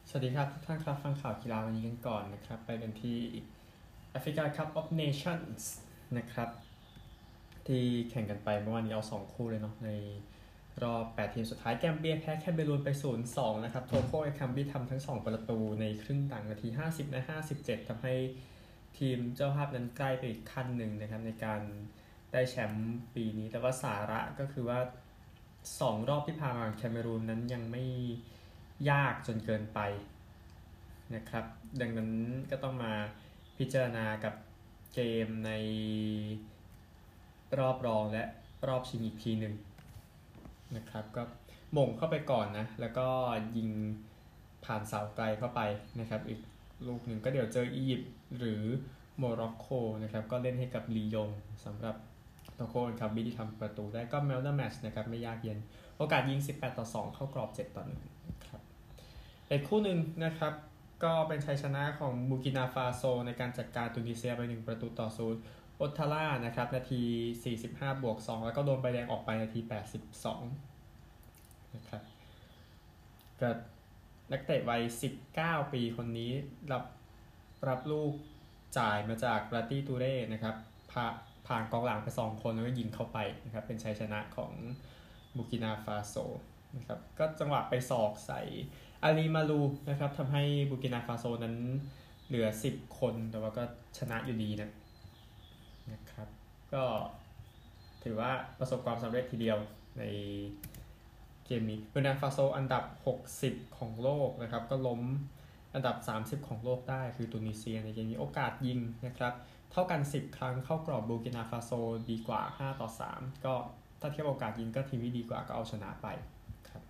สวัสดีครับทุกท่านครับฟังข่าวกีฬาวันนี้กันก่อนนะครับไปกันที่ Africa Cup of Nations นะครับที่แข่งกันไปเมื่อวานนี้เอา2คู่เลยเนาะในรอบ8ทีมสุดท้ายแกมเบียแพ้แคเมรูนไป 0-2 นะครับโทโคเอคัมบี้ทำทั้ง2ประตูในครึ่งหลังนาที50และ57ทำให้ทีมเจ้าภาพนั้นใกล้ไปอีกขั้นหนึ่งนะครับในการได้แชมป์ปีนี้แต่ว่าสาระก็คือว่า2รอบที่ผ่านมาแคเมรูนนั้นยังไม่ยากจนเกินไปนะครับดังนั้นก็ต้องมาพิจารณากับเกมในรอบรองและรอบชิงอีกทีหนึ่งนะครับก็หม่งเข้าไปก่อนนะแล้วก็ยิงผ่านเสาไกลเข้าไปนะครับอีกลูกหนึ่งก็เดี๋ยวเจออียิปต์หรือโมร็อกโกนะครับก็เล่นให้กับลียงสำหรับโตโก้ครับบิที่ทำประตูได้ก็แมลเดอร์แมตช์นะครับไม่ยากเย็นโอกาสยิง18-2เข้ากรอบ7-1ครับอีกคู่หนึ่งนะครับก็เป็นชัยชนะของบูกินาฟาโซในการจัดการตุนิเซียไป1-0โอตทาร่านะครับนาที45+2แล้วก็โดนใบแดงออกไปนาที82นะครับก็นักเตะวัย19ปีคนนี้รับลูกจ่ายมาจากลาตี้ตูเร่นะครับผ่านกองหลังไป2คนแล้วก็ยิงเข้าไปนะครับเป็นชัยชนะของบูกินาฟาโซนะครับก็จังหวะไปศอกใส่อาลีมาลูนะครับทำให้บูกินาฟาโซนั้นเหลือ10คนแต่ว่าก็ชนะอยู่ดีนะครับก็ถือว่าประสบความสำเร็จทีเดียวในเกมนี้บูกินาฟาโซอันดับ60ของโลกนะครับก็ล้มอันดับ30ของโลกได้คือตุนิเซียในเกมนี้โอกาสยิงนะครับเท่ากัน10ครั้งเข้ากรอบบูกินาฟาโซดีกว่า5-3ก็ถ้าเทียบโอกาสยิงก็ทีมที่ดีกว่าก็เอาชนะไปครับ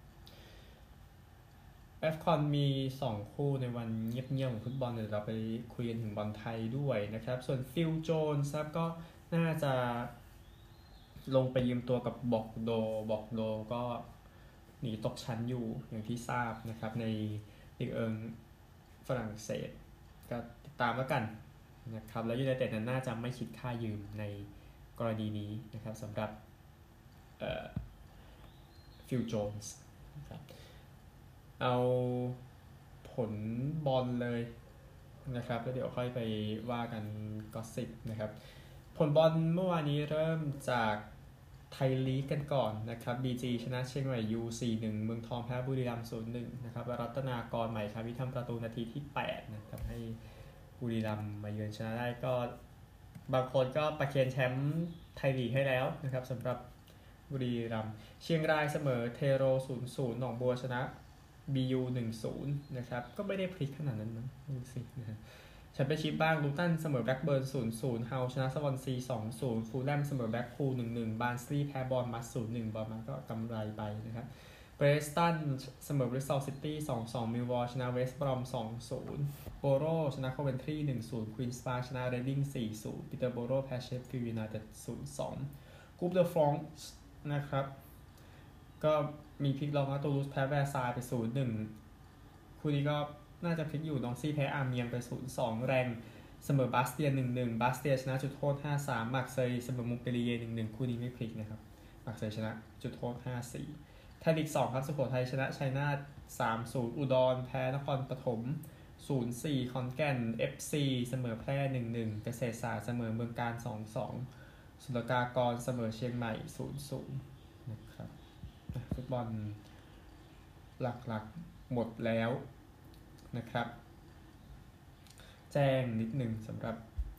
AFCON มี2คู่ในวันเงียบๆของฟุตบอลเดี๋ยวเราไปคุยกันถึงบอลไทยด้วยนะครับส่วนฟิลโจนส์ครับก็น่าจะลงไปยืมตัวกับบอกโดก็หนีตกชั้นอยู่อย่างที่ทราบนะครับในลีกฝรั่งเศสก็ติดตามแล้วกันนะครับแล้วยูไนเต็ดนั้นน่าจะไม่คิดค่ายืมในกรณีนี้นะครับสำหรับฟิลโจนส์นะครับเอาผลบอลเลยนะครับแล้วเดี๋ยวค่อยไปว่ากันก็สิบนะครับผลบอลเมื่อวานนี้เริ่มจากไทยลีกกันก่อนนะครับ BG ชนะเชียงใหม่ U 4-1 เมืองทองแพ้บุรีรัมย์ 0-1 นะครับรัตนากรใหม่ครับที่ทำประตูนาทีที่8นะทำให้บุรีรัมย์มาเยือนชนะได้ก็บางคนก็ประเคนแชมป์ไทยลีกให้แล้วนะครับสำหรับบุรีรัมย์เชียงรายเสมอเทโร 0-0 หนองบัวชนะ BU 1-0 นะครับก็ไม่ได้พลิกขนาดนั้นมั้งดูสินะแชมเปี้ยนชิพบ้างลูตันเสมอแบล็กเบิร์น 0-0 เฮาชนะสวอนซี 2-0 ฟูลแลมเสมอแบล็กพูล 1-1 บาร์นสลีย์แพ้บอร์นมัส 0-1 บอร์นมัสก็กำไรไปนะครับเบรสตันเสมอบริสตอลซิตี้ 2-2 มิลวอลชนะเวสต์บรอม 2-0 โบโรชนะโคเวนทรี 1-0 ควีนส์ปาร์คชนะเรดดิ้ง 4-0 ปีเตอร์โบโรแพ้เชฟฟิลด์ยูไนเต็ด 0-2 กรุ๊ปเดอะฟรองก์นะครับก็มีพลิกล็อกนะตูลูสแพ้แวร์ซายไป 0-1 คู่นี้ก็น่าจะพลิกอยู่นองซี่แพ้อาร์เมียงไป 0-2 แรงเสมอบาสเตีย 1-1 บาสเตียชนะจุดโทษ 5-3 มักเซยเสมอมุงเปรีเย 1-1 คู่นี้ไม่พลิกนะครับมักเซยชนะจุดโทษ 5-4 ไทยลีก 2 ครับสุโขทัยชนะชัยนาท 3-0 อุดรแพ้นครปฐม 0-4 ขอนแก่น FC เสมอแพร่ 1-1 เกษตรศาสตร์เสมอเมืองการ 2-2 ศุลกากรเสมอเชียงใหม่ 0-0 นะครับฟุตบอลหลักๆหมดแล้วนะครับแจ้งนิดหนึ่งสำหรับ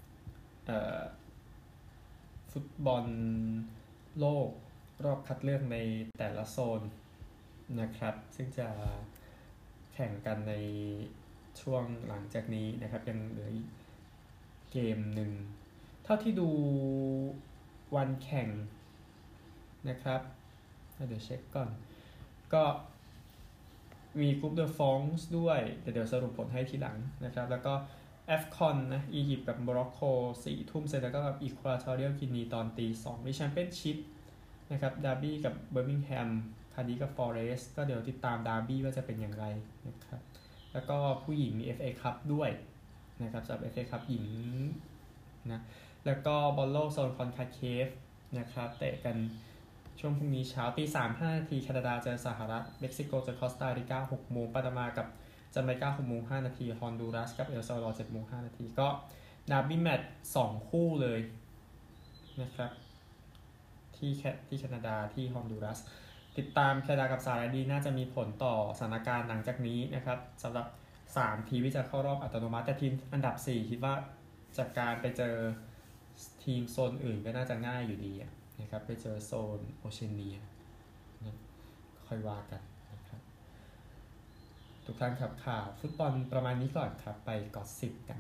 ฟุตบอลโลกรอบคัดเลือกในแต่ละโซนนะครับซึ่งจะแข่งกันในช่วงหลังจากนี้นะครับยังเหลือเกมหนึ่งเท่าที่ดูวันแข่งนะครับเดี๋ยวเช็คก่อนก็มีกรุ๊ปเดอะฟองส์ด้วยเดี๋ยวสรุปผลให้ทีหลังนะครับแล้วก็AFCON นะอียิปต์กับโมร็อกโก 4 ทุ่มเสร็จแล้วก็กับอีควอทอเรียลกินีตอน 2 มีแชมเปี้ยนชิพนะครับดาร์บี้กับเบอร์มิงแฮมคาร์ดิฟกับฟอเรสต์ก็เดี๋ยวติดตามดาร์บี้ว่าจะเป็นอย่างไรนะครับแล้วก็ผู้หญิงมี FA Cup ด้วยนะครับสำหรับ FA Cup หญิงนะแล้วก็บอลโลกโซนคอนคาเคฟนะครับเตะกันช่วงพรุ่งนี้เช้า 3:05 น.แคนาดาเจอสหรัฐเม็กซิโกเจอคอสตาริกา 6 โมงปานามากับจาเมกา6:05 นาทีฮอนดูรัสกับเอลซัลวาดอร์7:05 นาทีก็ดาร์บี้แมตช์2คู่เลยนะครับที่แคนาดาที่ฮอนดูรัสติดตามแคนาดากับสหรัฐดีน่าจะมีผลต่อสถานการณ์หลังจากนี้นะครับสำหรับ3ทีมที่จะเข้ารอบอัตโนมัติแต่ทีมอันดับ4คิดว่าจากการไปเจอทีมโซนอื่นก็น่าจะง่ายอยู่ดีนะครับไปเจอโซนโอเชียเนียค่อยว่ากันนะครับทุกท่านครับข่าวฟุตบอลประมาณนี้ก่อนครับไปกอสซิปกัน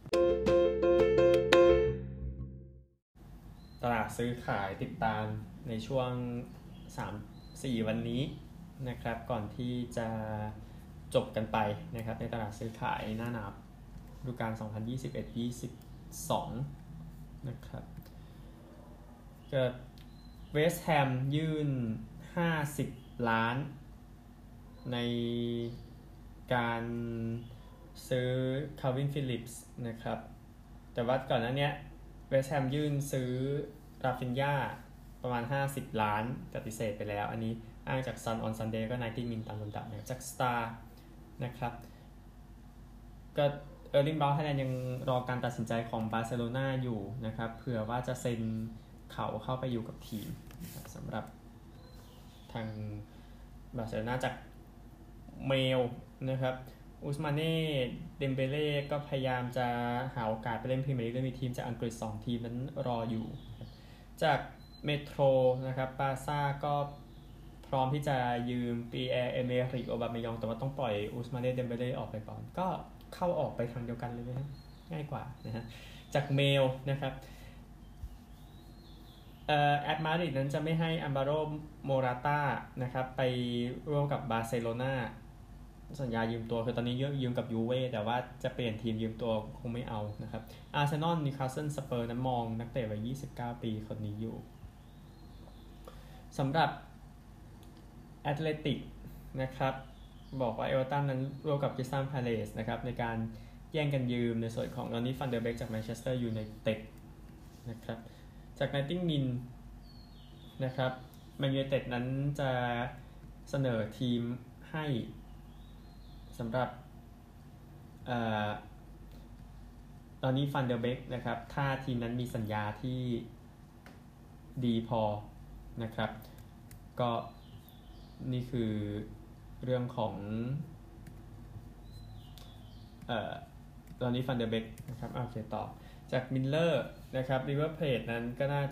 ตลาดซื้อขายติดตามในช่วง 3-4 วันนี้นะครับก่อนที่จะจบกันไปนะครับในตลาดซื้อขายหน้าหนาวฤดูกาล 2021-22 นะครับเกิดเวสต์แฮมยื่น50 ล้านในการซื้อคาร์วินฟิลิปส์นะครับแต่ว่าก่อนหน้านี้เวสต์แฮมยื่นซื้อราฟินญ่าประมาณ50 ล้านปฏิเสธไปแล้วอันนี้อ้างจาก Sun on Sunday ก็90 มิลตามลำดับนะครับจาก Star นะครับก็เออร์ลิง บราวน์ ฮาแลนด์ยังรอการตัดสินใจของบาร์เซโลนาอยู่นะครับเผื่อว่าจะเซ็นเขาเข้าไปอยู่กับทีมนะครับสำหรับทางบาร์เซโลนาจากเมลนะครับอุสมาเน่ เดมเบเล่ก็พยายามจะหาโอกาสไปเล่นพรีเมียร์ลีกด้วยมีทีมจากอังกฤษ2ทีมนั้นรออยู่จากเมโทรนะครับบาร์ซ่าก็พร้อมที่จะยืมปีแอร์เอเมริกโอบามายองแต่ว่าต้องปล่อยอุสมาเน่ เดมเบเล่ออกไปก่อนก็เข้าออกไปทางเดียวกันเลยนะง่ายกว่านะฮะจากเมลนะครับแอตมาดริดนั้นจะไม่ให้อัมบาโร โมราต้านะครับไปร่วมกับบาร์เซโลนาสัญญายืมตัวคือตอนนี้ยืมกับยูเว่แต่ว่าจะเปลี่ยนทีมยืมตัวคงไม่เอานะครับอาร์เซนอล นิวคาสเซิล สเปอร์นั้นมองนักเตะวัย29 ปีคนนี้อยู่สำหรับแอตเลติกนะครับบอกว่าเอเวอร์ตันนั้นร่วมกับคริสตัลพาเลซนะครับในการแย่งกันยืมในส่วนของดอนนี่ ฟันเดอร์เบคจากแมนเชสเตอร์ยูไนเต็ดนะครับจากไนติงมินนะครับแมนยูไนเต็ดนั้นจะเสนอทีมให้สำหรับตอนนี้ฟันเดอร์เบคนะครับถ้าทีมนั้นมีสัญญาที่ดีพอนะครับก็นี่คือเรื่องของตอนนี้ฟันเดอร์เบคนะครับโอเคต่อจากมิลเลอร์นะครับริเวอร์เพลทนั้นก็น่า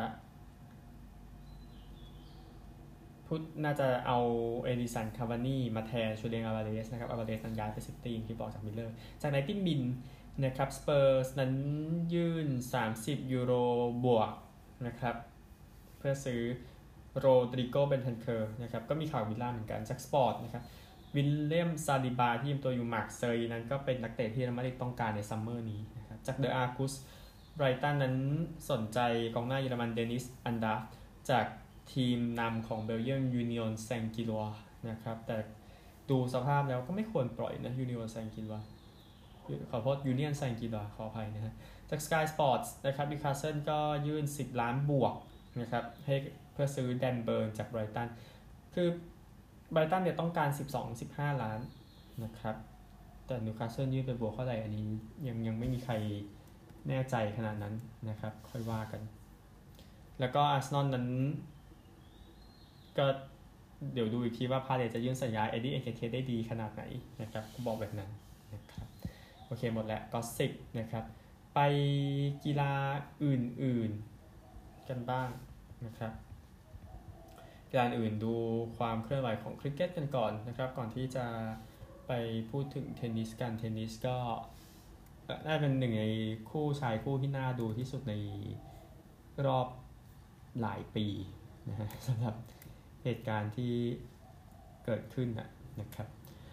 จะเอาเอดิสัน คาวานี่มาแทนชูเลียน อัลวาเรสนะครับอัลวาเรสนั้นย้ายไปซิตี้ที่บอกจากมิลเลอร์จากไนติงมินนะครับสเปอร์สนั้นยื่น30 ยูโรบวกนะครับเพื่อซื้อโรดริโก เบนทันเคอร์นะครับก็มีข่าววิลล่าเหมือนกันจากสปอร์ตนะครับวิลเลียม ซาลิบาที่ยืมตัวอยู่มาร์กเซยนั้นก็เป็นนักเตะที่เรอัลมาดริดต้องการในซัมเมอร์นี้นะครับจากเดอะอาร์กุสไบรตันนั้นสนใจกองหน้าเยอรมันเดนิส อันดาจากทีมนำของเบลเยียมยูนิออนแซงกิลัวนะครับแต่ดูสภาพแล้วก็ไม่ควรปล่อยนะยูนิออนแซงกิลัวขอโทษยูเนียนแซงกิลัวขออภัยนะฮะจาก Sky Sports นะครับนิวคาสเซิลก็ยื่น10 ล้านบวกนะครับให้เพื่อซื้อแดนเบิร์นจากไบรตันคือไบรตันเนี่ยต้องการ 12-15 ล้านนะครับแต่นิวคาสเซิลยื่นไปบวกเท่าไหร่อันนี้ยังไม่มีใครแน่ใจขนาดนั้นนะครับค่อยว่ากันแล้วก็อาร์เซนอลนั้นก็เดี๋ยวดูอีกทีว่าพาเลทจะยื่นสัญญาเอ็ดดี้ เอเคเคได้ดีขนาดไหนนะครับบอกแบบนั้นนะครับโอเคหมดแล้วก็10นะครับไปกีฬาอื่นๆกันบ้างนะครับกีฬาอื่นดูความเคลื่อนไหวของคริกเก็ตกันก่อนนะครับก่อนที่จะไปพูดถึงเทนนิสกันเทนนิสก็น่าเป็นหนึ่งในคู่ชายคู่ที่น่าดูที่สุดในรอบหลายปีนะฮะสำหรับเหตุการณ์ที่เกิดขึ้นนะครับ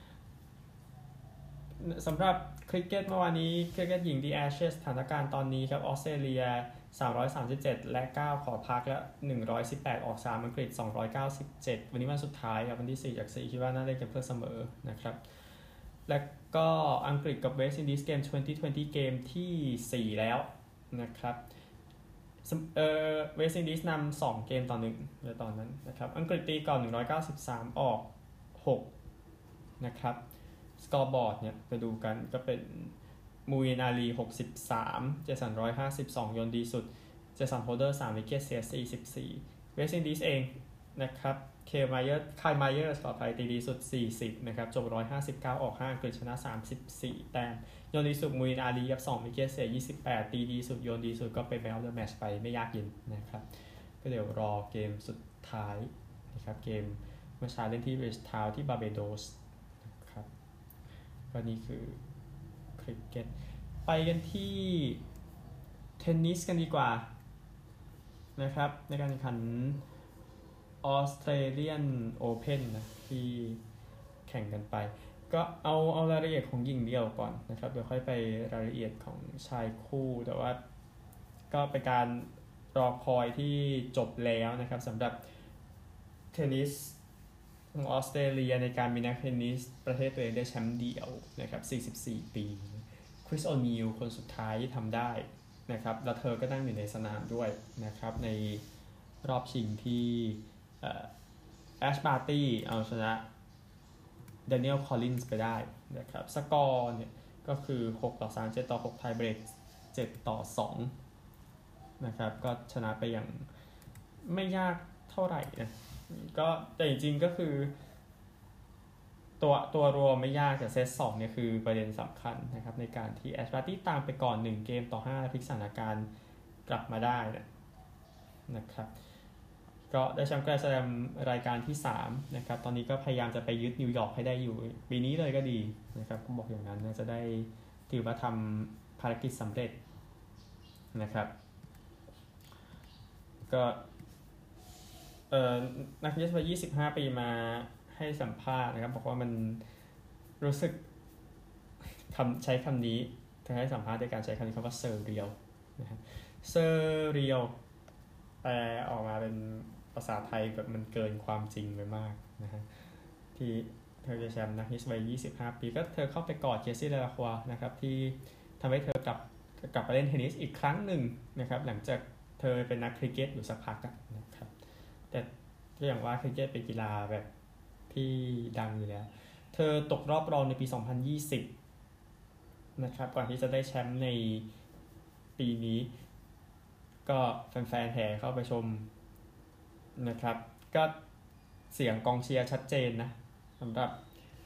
สำหรับคริกเก็ตเมื่อวานนี้คริกเก็ตหญิง The Ashes สถานการณ์ตอนนี้ครับออสเตรเลีย337และ9ขอพักและ118ออก3อังกฤษ297วันนี้วันสุดท้ายครับวันที่4จาก4คิดว่าน่าเล่นกันเพื่อเสมอนะครับและก็อังกฤษกับเวสต์อินดีสเกม2020เกมที่4แล้วนะครับเวสต์อินดีสนำ2เกมต่อ1ในตอนนั้นนะครับอังกฤษตีก่อน193ออก6นะครับสกอร์บอร์ดเนี่ยไปดูกันก็เป็นมูอินอาลี63เจสัน152โยนดีสุดเจสันโฮเดอร์3วิกเก็ตเสีย44เวสต์อินดีสเองนะครับคายไมเยอร์ต่อไปตีดีสุด40นะครับจบ159ออก5อังกฤษชนะ34แต้มโยนดีสุดมูอินอาลีกับ2วิกเก็ตเสีย28ตีดีสุดโยนดีสุดก็เป็นแมตช์ออฟเดอะแมตช์ไปไม่ยากเย็นนะครับก็เดี๋ยวรอเกมสุดท้ายนะครับเกมเมื่อเช้าเล่นที่เวสต์ทาวน์ที่บาร์เบโดสนะครับก็นี่คือคริกเก็ตไปกันที่เทนนิสกันดีกว่านะครับในการแข่งขันออสเตรเลียนโอเพนนะที่แข่งกันไปก็เอารายละเอียดของหญิงเดี่ยวก่อนนะครับเดี๋ยวค่อยไปรายละเอียดของชายคู่แต่ว่าก็เป็นการรอคอยที่จบแล้วนะครับสำหรับเทนนิสของออสเตรเลียในการมีนักเทนนิสประเทศตัวเองได้แชมป์เดี่ยวนะครับ44ปีคริสโอนีลคนสุดท้ายที่ทำได้นะครับแล้วเธอก็นั่งอยู่ในสนามด้วยนะครับในรอบชิงที่แอชบาร์ตี้เอาชนะดานิเอลคอลลินส์ไปได้นะครับสกอร์เนี่ยก็คือ6-3 7-6ไทยเบรก7-2นะครับก็ชนะไปอย่างไม่ยากเท่าไหร่นะก็แต่จริงๆก็คือตัวรวมไม่ยากแต่เซต2เนี่ยคือประเด็นสำคัญนะครับในการที่แอชบาร์ตี้ตามไปก่อน1 เกม-5พลิกสถานการณ์กลับมาได้นะครับก็ได้แชมป์แกรนด์สแลมรายการที่3นะครับตอนนี้ก็พยายามจะไปยึดนิวยอร์กให้ได้อยู่ปีนี้เลยก็ดีนะครับก็บอกอย่างนั้นนะจะได้ถือว่าทำภารกิจสำเร็จนะครับก็นักเทนนิสวัย25 ปีมาให้สัมภาษณ์นะครับบอกว่ามันรู้สึกใช้คำนี้เธอให้สัมภาษณ์ด้วยการใช้คำนี้คำว่าเซอร์เรียลนะครับเซอร์เรียลแปลออกมาเป็นภาษาไทยแบบมันเกินความจริงไปมากนะฮะที่เธอจะแชมป์นักเทนนิสวัย25 ปีก็เธอเข้าไปกอดเจสซี่ เลลาควานะครับที่ทำให้เธอกลับมาเล่นเทนนิสอีกครั้งหนึ่งนะครับหลังจากเธอเป็นนักคริกเก็ตอยู่สักพักนะครับแต่ก็อย่างว่าคริกเก็ตเป็นกีฬาแบบที่ดังอยู่แล้วเธอตกรอบรองในปี 2020 นะครับก่อนที่จะได้แชมป์ในปีนี้ก็แฟนๆแห่เข้าไปชมนะครับก็เสียงกองเชียร์ชัดเจนนะสำหรับ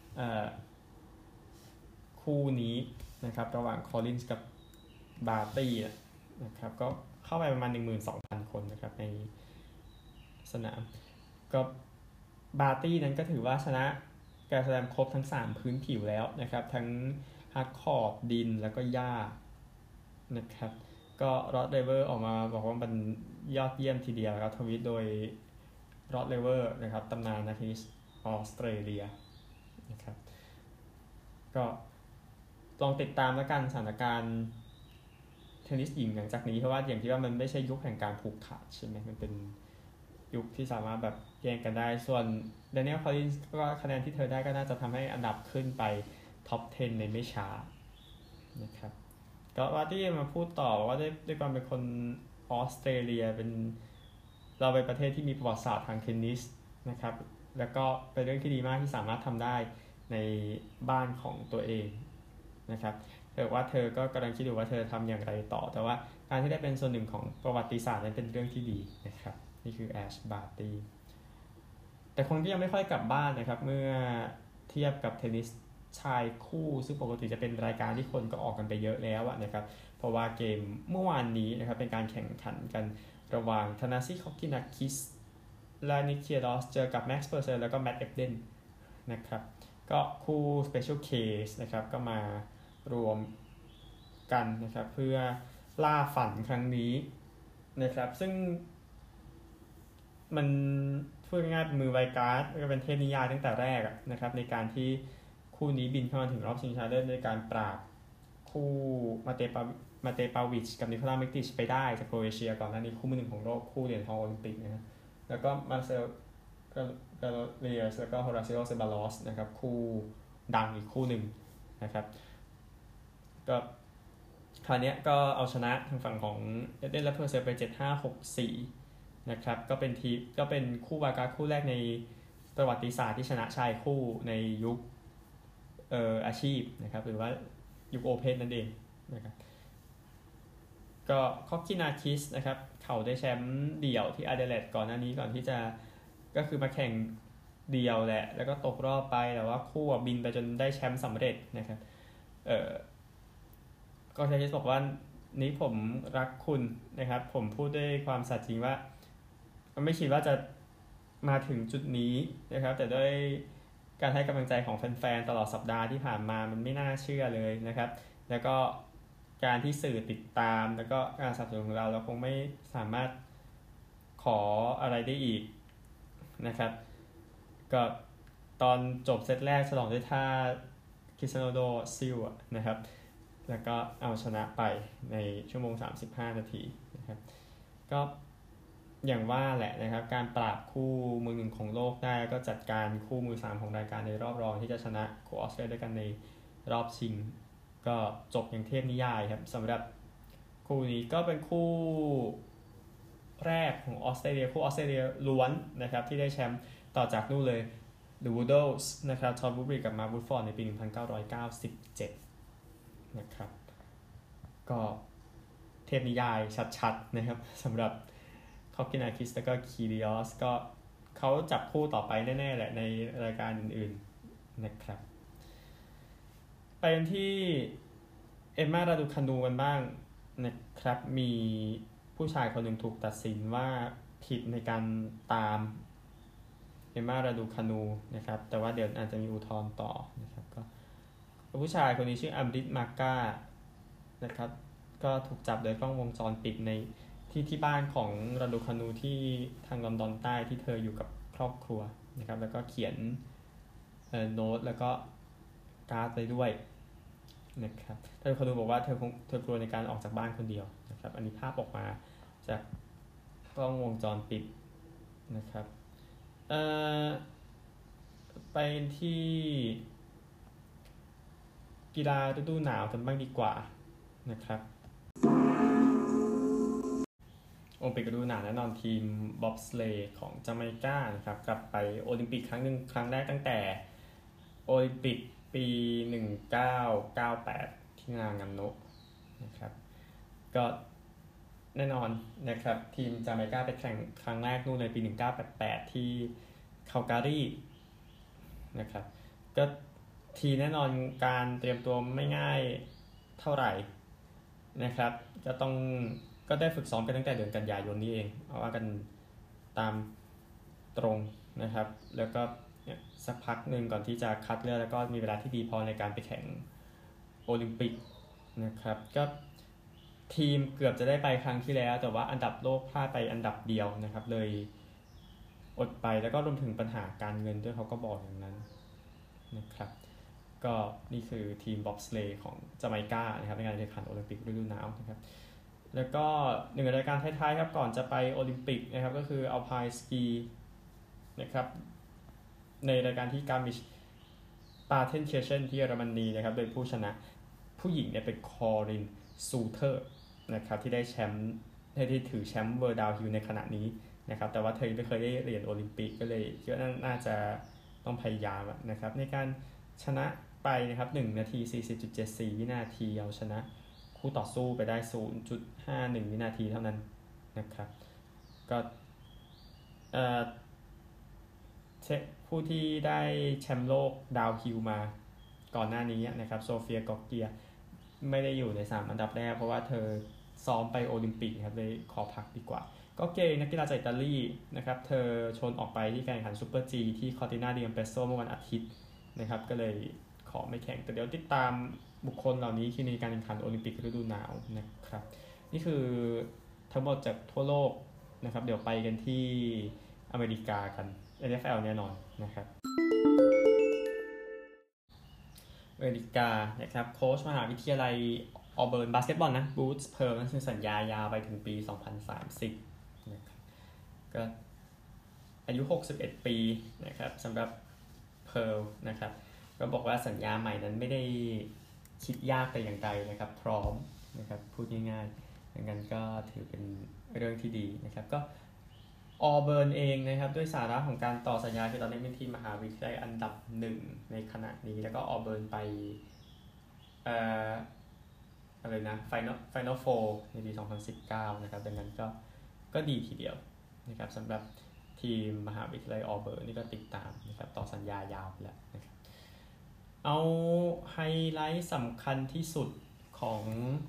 คู่นี้นะครับระหว่างคอลลินส์กับบาร์ตี้นะครับก็เข้าไปประมาณ 12,000 คนนะครับในสนามก็บาร์ตี้นั้นก็ถือว่าชนะแกรนด์สแลมครบทั้ง3พื้นผิวแล้วนะครับทั้งฮาร์ดคอร์ตดินแล้วก็หญ้านะครับก็รอดเลเวอร์ออกมาบอกว่ามันยอดเยี่ยมทีเดียวครับทวีตโดยรอดเลเวอร์นะครับตำนานนักเทนนิสออสเตรเลียนะครับก็ลองติดตามแล้วกันสถานการณ์เทนนิสหญิงหลังจากนี้เพราะว่าอย่างที่ว่ามันไม่ใช่ยุคแห่งการผูกขาดใช่ไหมมันเป็นยุคที่สามารถแบบแย่งกันได้ส่วนดานิเอล คอลลินส์ก็คะแนนที่เธอได้ก็น่าจะทำให้อันดับขึ้นไปท็อป 10 ในไม่ช้านะครับก็ว่าที่มาพูดต่อว่าด้วยความเป็นคนออสเตรเลียเป็นเราเป็นประเทศที่มีประวัติศาสตร์ทางเทนนิสนะครับแล้วก็เป็นเรื่องที่ดีมากที่สามารถทำได้ในบ้านของตัวเองนะครับเธอว่าเธอก็กำลังคิดอยู่ว่าเธอทำอย่างไรต่อแต่ว่าการที่ได้เป็นส่วนหนึ่งของประวัติศาสตร์นั้นเป็นเรื่องที่ดีนะครับนี่คือแอชบาร์ตี้แต่คนที่ยังไม่ค่อยกลับบ้านนะครับเมื่อเทียบกับเทนนิสชายคู่ซึ่งปกติจะเป็นรายการที่คนก็ออกกันไปเยอะแล้วนะครับเพราะว่าเกมเมื่อวานนี้นะครับเป็นการแข่งขันกันระหว่างธนาซิ คอกกินาคิสและนิค เคียดอสเจอกับแม็กซ์ เพอร์เซอร์แล้วก็แมตต์ เอบเดนนะครับก็คู่ Special Case นะครับก็มารวมกันนะครับเพื่อล่าฝันครั้งนี้นะครับซึ่งมันพูดง่ายๆมือไวการ์ดก็เป็นเทพนิยายตั้งแต่แรกนะครับในการที่คู่นี้บินเข้ามาถึงรอบชิงชนะเลิศในการปราบคู่มาเตปาวิชกับนิโคลา เมกติชไปได้จากโครเอเชียก่อนหน้านี้คู่มือหนึ่งของโลกคู่เหรียญทองโอลิมปิกนะแล้วก็มาเซลกาเลียสแล้วก็โฮราซิโอ เซบาลอสนะครับคู่ดังอีกคู่หนึ่งนะครับก็คราวนี้ก็เอาชนะทางฝั่งของเอเดนและเพอร์เซลไป 7-5 6-4 นะครับก็เป็นคู่วาการคู่แรกในประวัติศาสตร์ที่ชนะชายคู่ในยุคอาชีพนะครับหรือว่ายุคโอเพ่นนั่นเองนะครับก็คอกกินาคิสนะครับเขาได้แชมป์เดี่ยวที่อาเดเลดก่อนหน้านี้ก่อนที่จะก็คือมาแข่งเดี่ยวแหละแล้วก็ตกรอบไปแต่ว่าคู่บินไปจนได้แชมป์สำเร็จนะครับก็เทนนิสบอกว่านี้ผมรักคุณนะครับผมพูดด้วยความสัตย์จริงว่าไม่คิดว่าจะมาถึงจุดนี้นะครับแต่ด้วยการให้กำลังใจของแฟนๆตลอดสัปดาห์ที่ผ่านมามันไม่น่าเชื่อเลยนะครับแล้วก็การที่สื่อติดตามแล้วก็การสนับสนุนของเราคงไม่สามารถขออะไรได้อีกนะครับก็ตอนจบเซตแรกฉลองด้วยท่าคริสเตียโนโดซิลนะครับแล้วก็เอาชนะไปในชั่วโมง35นาทีนะครับก็อย่างว่าแหละนะครับการปราบคู่มือหนึ่งของโลกได้ก็จัดการคู่มือ3ของรายการในรอบรองที่จะชนะคู่ออสเตรเลียด้วยกันในรอบชิงก็จบอย่างเทพนิยายครับสำหรับคู่นี้ก็เป็นคู่แรกของออสเตรเลียคู่ออสเตรเลียล้วนนะครับที่ได้แชมป์ต่อจากนู่นเลยThe Woodles นะครับทอมบูบรีกับมาร์ควูดฟอร์ดในปี1997นะครับก็เทพนิยายชัดๆนะครับสำหรับคอกกินาคิสและก็คีริออสก็เขาจับคู่ต่อไปแน่ๆแหละในรายการอื่นๆนะครับไปที่เอมมาราดูคานูกันบ้างนะครับมีผู้ชายคนหนึ่งถูกตัดสินว่าผิดในการตามเอมมาราดูคานูนะครับแต่ว่าเดี๋ยวอาจจะมีอุทธรณ์ต่อนะครับก็ผู้ชายคนนี้ชื่ออัมริตมาก้านะครับก็ถูกจับโดยกล้องวงจรปิดในที่บ้านของราดูคานูที่ทางลอนดอนใต้ที่เธออยู่กับครอบครัวนะครับแล้วก็เขียนโน้ตแล้วก็การ์ดไปด้วยนะครับราดูคานูบอกว่าเธอกลัวในการออกจากบ้านคนเดียวนะครับอันนี้ภาพออกมาจากกล้องวงจรปิดนะครับไปที่กีฬาฤดูหนาวกันบ้างดีกว่านะครับโอลิมปิกฤดูหนาวแน่นอนทีมบ๊อบสเลย์ของจาเมกานะครับกลับไปโอลิมปิกครั้งแรกตั้งแต่โอลิมปิกปี1998ที่นางาโนะนะครับก็แน่นอนนะครับทีมจาเมกาไปแข่งครั้งแรกนู่นในปี1988ที่คาลการีนะครับก็ทีแน่นอนการเตรียมตัวไม่ง่ายเท่าไหร่นะครับก็ได้ฝึกซ้อมกันตั้งแต่เดือนกันยายนนี้เองเอาว่ากันตามตรงนะครับแล้วก็สักพักหนึ่งก่อนที่จะคัดเลือกแล้วก็มีเวลาที่ดีพอในการไปแข่งโอลิมปิกนะครับก็ทีมเกือบจะได้ไปครั้งที่แล้วแต่ว่าอันดับโลกพลาดไปอันดับเดียวนะครับเลยอดไปแล้วก็รวมถึงปัญหาการเงินด้วยเขาก็บอกอย่างนั้นนะครับก็นี่คือทีมบ๊อบสเลย์ของจาเมกานะครับในการแข่งขันโอลิมปิกฤดูหนาวนะครับแล้วก็หนึ่งรายการท้ายๆครับก่อนจะไปโอลิมปิกนะครับก็คืออัลไพน์สกีนะครับในรายการที่การมิชปาเทนเคเชนที่เยอรมนีนะครับโดยผู้ชนะผู้หญิงเนี่ยเป็นคอรินซูเทอร์นะครับที่ได้แชมป์ที่ถือแชมป์เวิลด์ดาวฮิลในขณะนี้นะครับแต่ว่าเธอไม่เคยได้เหรียญโอลิมปิกก็เลยคิดว่าน่าจะต้องพยายามนะครับในการชนะไปนะครับ1นาที 40.74 วินาทีเอาชนะคู่ต่อสู้ไปได้ 0.51 วินาทีเท่านั้นนะครับก็ผู้ที่ได้แชมป์โลกดาวฮิลมาก่อนหน้านี้นะครับโซเฟียกอกเกียไม่ได้อยู่ใน3อันดับแรกเพราะว่าเธอซ้อมไปโอลิมปิกครับเลยขอพักดีกว่าก็เกย์นักกีฬาจากอิตาลีนะครับเธอชนออกไปที่การแข่งขันซูเปอร์จีที่คอร์ติน่าดิอัมเปโซเมื่อวันอาทิตย์นะครับก็เลยขอไม่แข่งแต่เดี๋ยวติดตามบุคคลเหล่านี้ที่ในการแข่งขันโอลิมปิกฤดูหนาวนะครับนี่คือทั้งหมดจากทั่วโลกนะครับเดี๋ยวไปกันที่อเมริกากัน NFL แน่นอนนะครับอเมริกานะครับโค้ชมหาวิทยาลัยออเบิร์นบาสเกตบอลนะบูธส์เพิร์ลซึ่งสัญญายาวไปถึงปี2030นะครับก็อายุ61ปีนะครับสำหรับเพิร์ลนะครับก็บอกว่าสัญญาใหม่นั้นไม่ได้คิดยากแต่อย่างใดนะครับพร้อมนะครับพูดง่ายๆดังนั้นก็ถือเป็นเรื่องที่ดีนะครับก็ออเบิร์นเองนะครับด้วยสาระของการต่อสัญญาคือตอนนี้เป็นทีมมหาวิทยาลัยอันดับ1ในขณะนี้แล้วก็ออเบิร์นไปอะไรนะFinal Four ในปี2019นะครับดังนั้นก็ดีทีเดียวนะครับสำหรับทีมมหาวิทยาลัยออเบิร์นนี่ก็ติดตามนะครับต่อสัญญายาวแล้วนะครับเอาไฮไลท์สำคัญที่สุดของ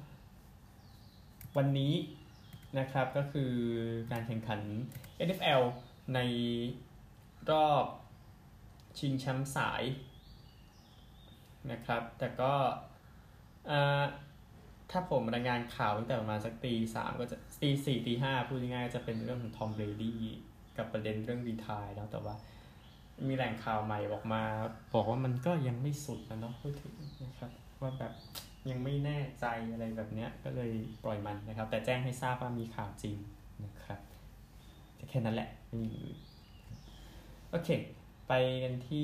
วันนี้นะครับก็คือการแข่งขัน NFL ในรอบชิงแชมป์สายนะครับแต่ก็ถ้าผมรายงานข่าวตั้งแต่ประมาณสักตี 3ก็จะตี 4ตี 5พูดง่ายๆจะเป็นเรื่องของทอมเบรดี้กับประเด็นเรื่องรีไทร์แล้วแต่ว่ามีแหล่งข่าวใหม่ออกมาบอกว่ามันก็ยังไม่สุดนะเนาะพูดถึงนะครับว่าแบบยังไม่แน่ใจอะไรแบบเนี้ยก็เลยปล่อยมันนะครับแต่แจ้งให้ทราบว่ามีข่าวจริงนะครับแค่นั้นแหละไม่มีอื่นโอเคไปกันที่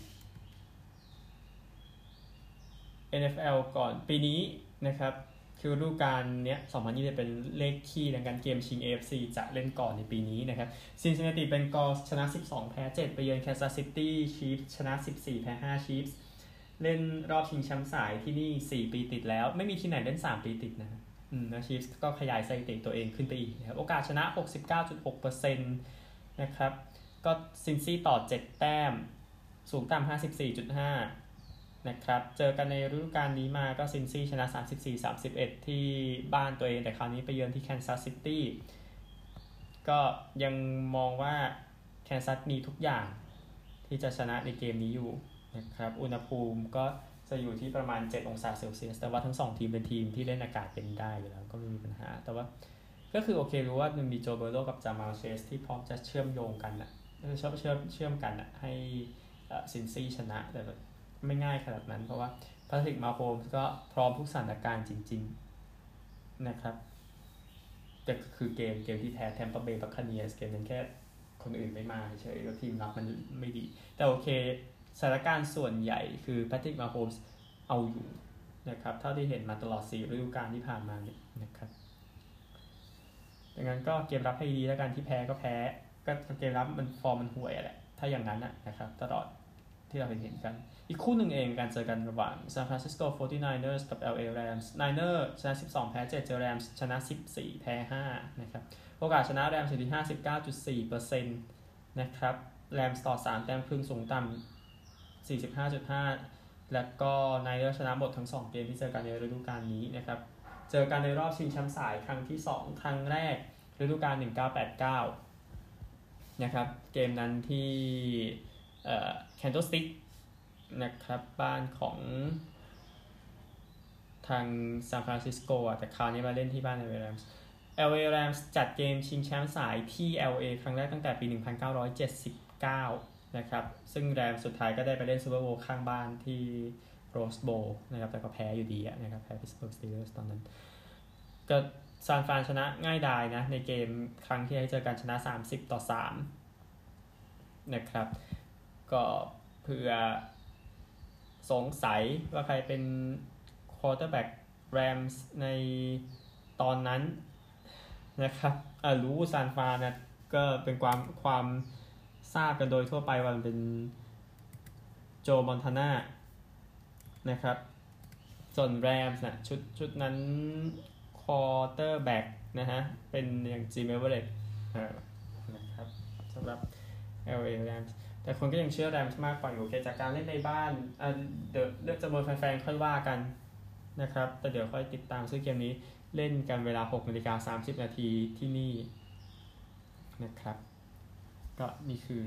NFL ก่อนปีนี้นะครับคือฤดูกาลเนี้ย2020เป็นเลขคี่ในการเกมชิง AFC จะเล่นก่อนในปีนี้นะครับซินซินนาติเป็นกอชนะ12แพ้7ไปเยือนแคนซัสซิตี้ชีฟส์ชนะ14แพ้5ชีฟส์เล่นรอบชิงแชมป์สายที่นี่4ปีติดแล้วไม่มีที่ไหนเล่น3ปีติดนะแล้วชีฟส์ก็ขยายสถิติตัวเองขึ้นไปอีกนะครับโอกาสชนะ 69.6% นะครับก็ซินซี่ต่อ7แต้มสูงต่ำ 54.5นะครับเจอกันในฤดูกาลนี้มาก็ซินซี่ชนะ 34-31 ที่บ้านตัวเองแต่คราวนี้ไปเยือนที่แคนซัสซิตี้ก็ยังมองว่าแคนซัสมีทุกอย่างที่จะชนะในเกมนี้อยู่นะครับอุณหภูมิก็จะอยู่ที่ประมาณ7 องศาเซลเซียสแต่ว่าทั้ง2ทีมเป็นทีมที่เล่นอากาศเย็นได้อยู่แล้วก็ไม่มีปัญหาแต่ว่าก็คือโอเครู้ว่ามันมีโจเบอร์โลกับจามาลเชสที่พร้อมจะเชื่อมโยงกันนะเชื่อมกันนะให้ซินซี่ชนะแต่ไม่ง่ายขนาดนั้นเพราะว่าพาทริกมาโฮมส์ก็พร้อมทุกสถานการณ์จริงๆนะครับแต่คือเกมที่แพ้แทมเปอร์เบย์บัคคาเนียร์สเกมนั้นแค่คนอื่นไม่มาเฉยๆแล้วทีมรับมันไม่ดีแต่โอเคสถานการณ์ส่วนใหญ่คือพาทริกมาโฮมส์เอาอยู่นะครับเท่าที่เห็นมาตลอด4ฤดูกาลที่ผ่านมาเนี่ยนะครับดังนั้นก็เกมรับให้ดีแล้วกันที่แพ้ก็แพ้ก็เกมรับมันฟอร์มมันห่วยแหละถ้าอย่างนั้นนะครับตลอดที่เราเห็นกันอีกคู่หนึ่งเองการเจอกันระหว่าง San Francisco 49ers กับ LA Rams Niners ชนะ12แพ้7เจอ Rams ชนะ14แพ้5นะครับโอกาสชนะ Rams อยู่ที่ 59.4% นะครับ Rams ต่อ3แต้มครึ่งสูงต่ำ 45.5 แล้วก็ Niners ชนะหมดทั้ง2เกมที่เจอกันในฤดูกาลนี้นะครับเจอกันในรอบชิงแชมป์สายครั้งที่2ครั้งแรกฤดูกาล1989นะครับเกมนั้นที่แคนโดสติกนะครับบ้านของทางซานฟรานซิสโกแต่คราวนี้มาเล่นที่บ้าน LA Rams LA Rams จัดเกมชิงแชมป์สายที่ LA ครั้งแรกตั้งแต่ปี 1979 นะครับซึ่งแรมสุดท้ายก็ได้ไปเล่นซูเปอร์โบว์ข้างบ้านที่โรสโบว์นะครับแต่ก็แพ้อยู่ดีนะครับแพ้พิสเบิร์กสตีลเลอร์สตอนนั้นก็ซานฟรานชนะง่ายดายนะในเกมครั้งที่ให้เจอกันชนะ30-3นะครับก็เพื่อสงสัยว่าใครเป็นควอเตอร์แบ็กแรมส์ในตอนนั้นนะครับรู้ซานฟรานนะก็เป็นความทราบกันโดยทั่วไปว่ามันเป็นโจมอนทาน่านะครับส่วนแรมส์นะชุดนั้นควอเตอร์แบ็กนะฮะเป็นอย่างจีเมเวอร์เลตนะครับสำหรับ LA Rams แต่คนก็ยังเชื่อแรมส์มากกว่าอยู่โอเคจากการเล่นในบ้านเดี๋ยวเลือกจำนวนแฟนๆค่อยว่ากันนะครับแต่เดี๋ยวค่อยติดตามซึ่งเกมนี้เล่นกันเวลา 6:30 นาทีที่นี่นะครับก็นี่คือ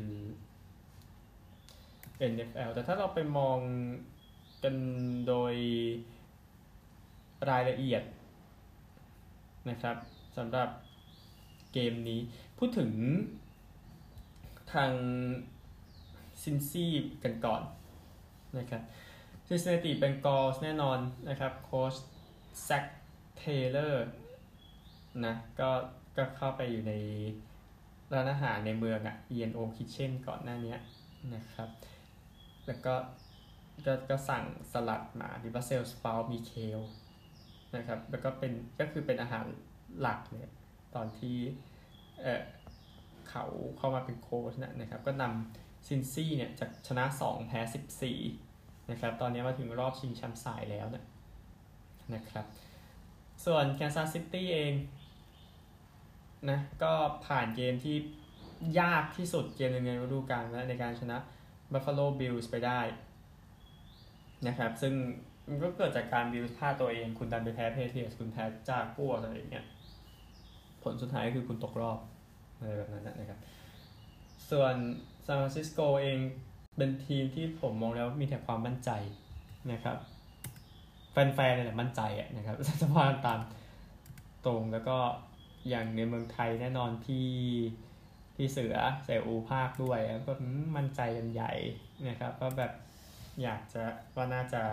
NFL แต่ถ้าเราไปมองกันโดยรายละเอียดนะครับสำหรับเกมนี้พูดถึงทางซินซี่กันก่อนนะครับซินซินนาติเป็นกอลแน่นอนนะครับโค้ชแซคเทเลอร์นะก็เข้าไปอยู่ในร้านอาหารในเมืองE&O Kitchen ก่อนหน้านี้นะครับแล้วก็สั่งสลัดมาดิบาเซลสปามีเคลนะครับแล้วก็คือเป็นอาหารหลักเลยตอนที่เขาเข้ามาเป็นโค้ชนะครับก็นำซินซี่เนี่ยจากชนะ2แพ้14นะครับตอนนี้มาถึงรอบชิงแชมป์สายแล้วนะครับส่วนแคนซัสซิตี้เองนะก็ผ่านเกมที่ยากที่สุดเกมหนึ่งในฤดูกาลในการชนะ Buffalo Bills ไปได้นะครับซึ่งมันก็เกิดจากการบิลพลาดตัวเองคุณดันไปแพ้เพเทียสคุณแพ้จากพวกอะไรอย่างเงี้ยผลสุดท้ายคือคุณตกรอบอะไรแบบนั้นนะครับส่วนซานฟรานซิสโกเองเป็นทีมที่ผมมองแล้วมีแต่ความมั่นใจนะครับแฟนๆเนี่ยมั่นใจนะครับจะว่าตามตรงแล้วก็อย่างในเมืองไทยแน่นอนที่เสือเสอูภาคด้วยก็มั่นใจกันใหญ่นะครับก็แบบอยากจะว่าน่าจะ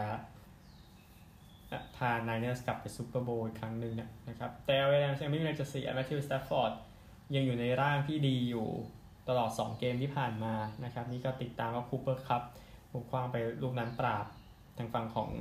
พาไนเนอร์สกลับไปซูเปอร์โบว์อีกครั้งหนึ่งนะครับแต่เวลายังไม่มีอะไรจะเสียแมทธิว สแตฟฟอร์ดยังอยู่ในร่างที่ดีอยู่ตลอด2เกมที่ผ่านมานะครับนี่ก็ติดตามว่าคูเปอร์คัพผมคว้างไปลูกนั้นปราบทางฝั่งของ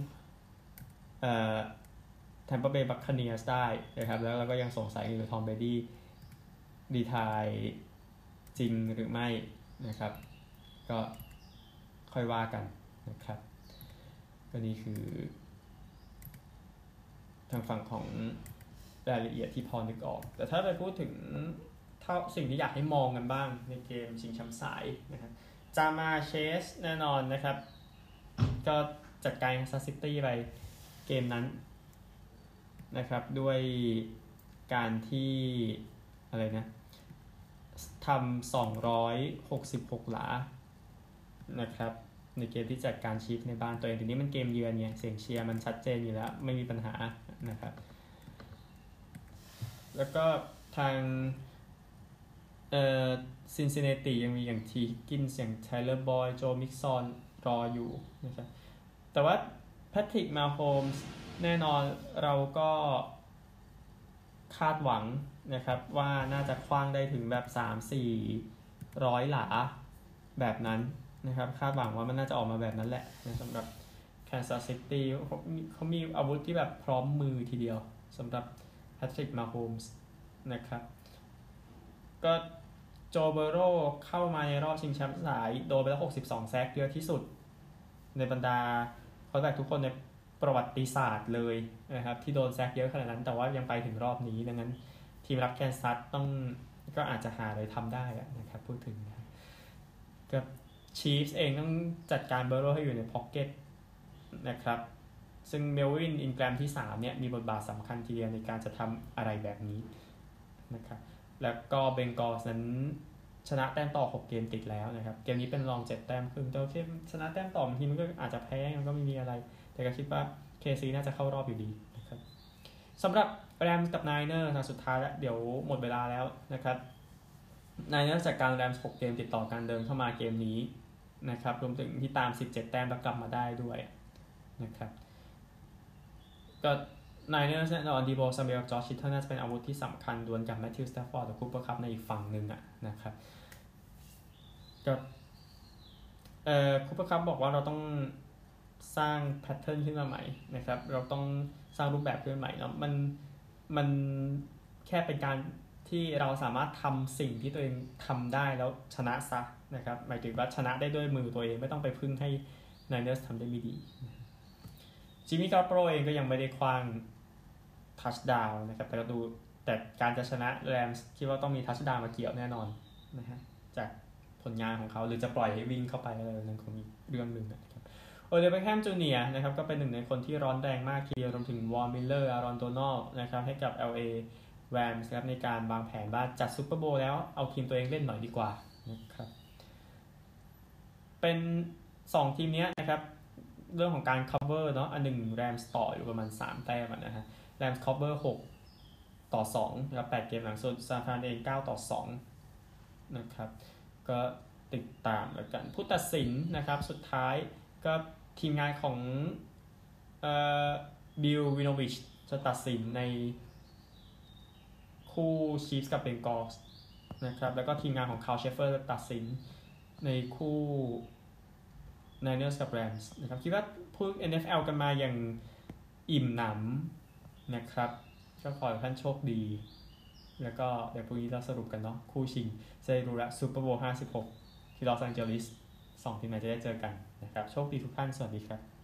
แทมเปอร์เบย์บัคคาเนียร์สได้นะครับแล้วเราก็ยังสงสัยอยู่ทอมเบรดี้ดีทายจริงหรือไม่นะครับก็ค่อยว่ากันนะครับก็นี่คือทางฝั่งของรายละเอียดที่พอนึกออกแต่ถ้าไปพูดถึงสิ่งที่อยากให้มองกันบ้างในเกมชิงแชมป์สายนะครับจามาเชสแน่นอนนะครับก็จัดการซัสซิตี้ไปเกมนั้นนะครับด้วยการที่อะไรนะทำ266หลานะครับในเกมที่จัดการชีฟในบ้านตัวเองทีนี้มันเกมเยือนเนี่ยเสียงเชียร์มันชัดเจนอยู่แล้วไม่มีปัญหานะครับแล้วก็ทางซินซินเนติยังมีอย่างทีกินอย่างไทเลอร์บอยโจมิกซอนรออยู่นะครับแต่ว่าแพทริกมาโฮมส์แน่นอนเราก็คาดหวังนะครับว่าน่าจะคว้างได้ถึงแบบ 3-400 หลาแบบนั้นนะครับคาดหวังว่ามันน่าจะออกมาแบบนั้นแหละนะสำหรับแคนซัสซิตี้เขามีอาวุธที่แบบพร้อมมือทีเดียวสำหรับแพทริกมาโฮมส์นะครับก็โจเบโรเข้ามาในรอบชิงแชมป์สายโดนไปแล้ว62แซกเยอะที่สุดในบรรดาเขาแบกทุกคนในประวัติศาสตร์เลยนะครับที่โดนแซกเยอะขนาดนั้นแต่ว่ายังไปถึงรอบนี้ดังนั้นทีมรับแคนซัสก็อาจจะหาอะไรทำได้นะครับพูดถึงนะกับชีฟส์เองต้องจัดการเบโรให้อยู่ในพ็อกเก็ตนะครับซึ่งเมลวินอินแกรมที่3เนี่ยมีบทบาทสำคัญทีเดียวในการจะทำอะไรแบบนี้นะครับแล้วก็เบงกอลส์นั้นชนะแต้มต่อ6เกมติดแล้วนะครับเกมนี้เป็นรอง7แต้มครึ่งแต่ที่ชนะแต้มต่อบางทีมันก็อาจจะแพ้มันก็ไม่มีอะไรแต่ก็คิดว่า KC น่าจะเข้ารอบอยู่ดีนะครับสำหรับแรมส์กับไนเนอร์สุดท้ายแล้วเดี๋ยวหมดเวลาแล้วนะครับไนเนอร์จากการแรมส์6เกมติดต่อการเดินเข้ามาเกมนี้นะครับรวมถึงที่ตาม17แต้มแล้วกลับมาได้ด้วยนะครับก็ไนเนอร์แน่นอนดีโบซามูเอลจอร์จชิตเทิลน่าจะเป็นอาวุธที่สำคัญดวลกับแมทธิว สแตฟฟอร์ดกับคูเปอร์คัพในอีกฝั่งหนึ่งนะครับก็คูเปอร์คัพบอกว่าเราต้องสร้างแพทเทิร์นขึ้นมาใหม่นะครับเราต้องสร้างรูปแบบขึ้นมาใหม่เนาะมันแค่เป็นการที่เราสามารถทำสิ่งที่ตัวเองทำได้แล้วชนะซะนะครับหมายถึงว่าชนะได้ด้วยมือตัวเองไม่ต้องไปพึ่งให้ไนเนอร์สทำได้ไม่ดีจิมมี่ กาโปโรเองก็ยังไม่ได้คว้างทัชดาวน์นะครับแต่การจะชนะแรมส์คิดว่าต้องมีทัชดาวน์มาเกี่ยวแน่นอนนะฮะจากผลงานของเขาหรือจะปล่อยให้วิ่งเข้าไปอะไรนั่นคงมีเรื่องหนึ่งนะครับโอเดเบคแฮมจูเนียร์นะครับก็เป็นหนึ่งในคนที่ร้อนแรงมากทีเดียวรวมถึงวอร์มิลเลอร์อารอนโดนัลนะครับให้กับ LA Rams ครับในการวางแผนว่าจัดซุปเปอร์โบว์แล้วเอาทีมตัวเองเล่นหน่อยดีกว่านะครับเป็น2ทีมนี้นะครับเรื่องของการ cover เนาะอันหนึ่ง Rams ต่ออยู่ประมาณ3แต้มนะฮะ Rams cover 6-2นะครับ8เกมหลังส่วนซานฟรานเอง9-2นะครับก็ติดตามแล้วกันผู้ตัดสินนะครับสุดท้ายก็ทีมงานของบิลวิโนวิชจะตัดสินในคู่ชีฟส์กับเบงกอลส์นะครับแล้วก็ทีมงานของคาร์ลเชฟเฟอร์จะตัดสินในคู่ไนเนอร์สกับแรมส์นะครับคิดว่าพูด NFL กันมาอย่างอิ่มหนำนะครับก็ขอให้ท่านโชคดีแล้วก็เดี๋ยวพรุ่งนี้เราสรุปกันเนาะคู่ชิงจะได้รู้ละซูเปอร์โบว์56ที่ลอสแองเจลิส2 ทีมไหนจะได้เจอกันนะครับโชคดีทุกท่านสวัสดีครับ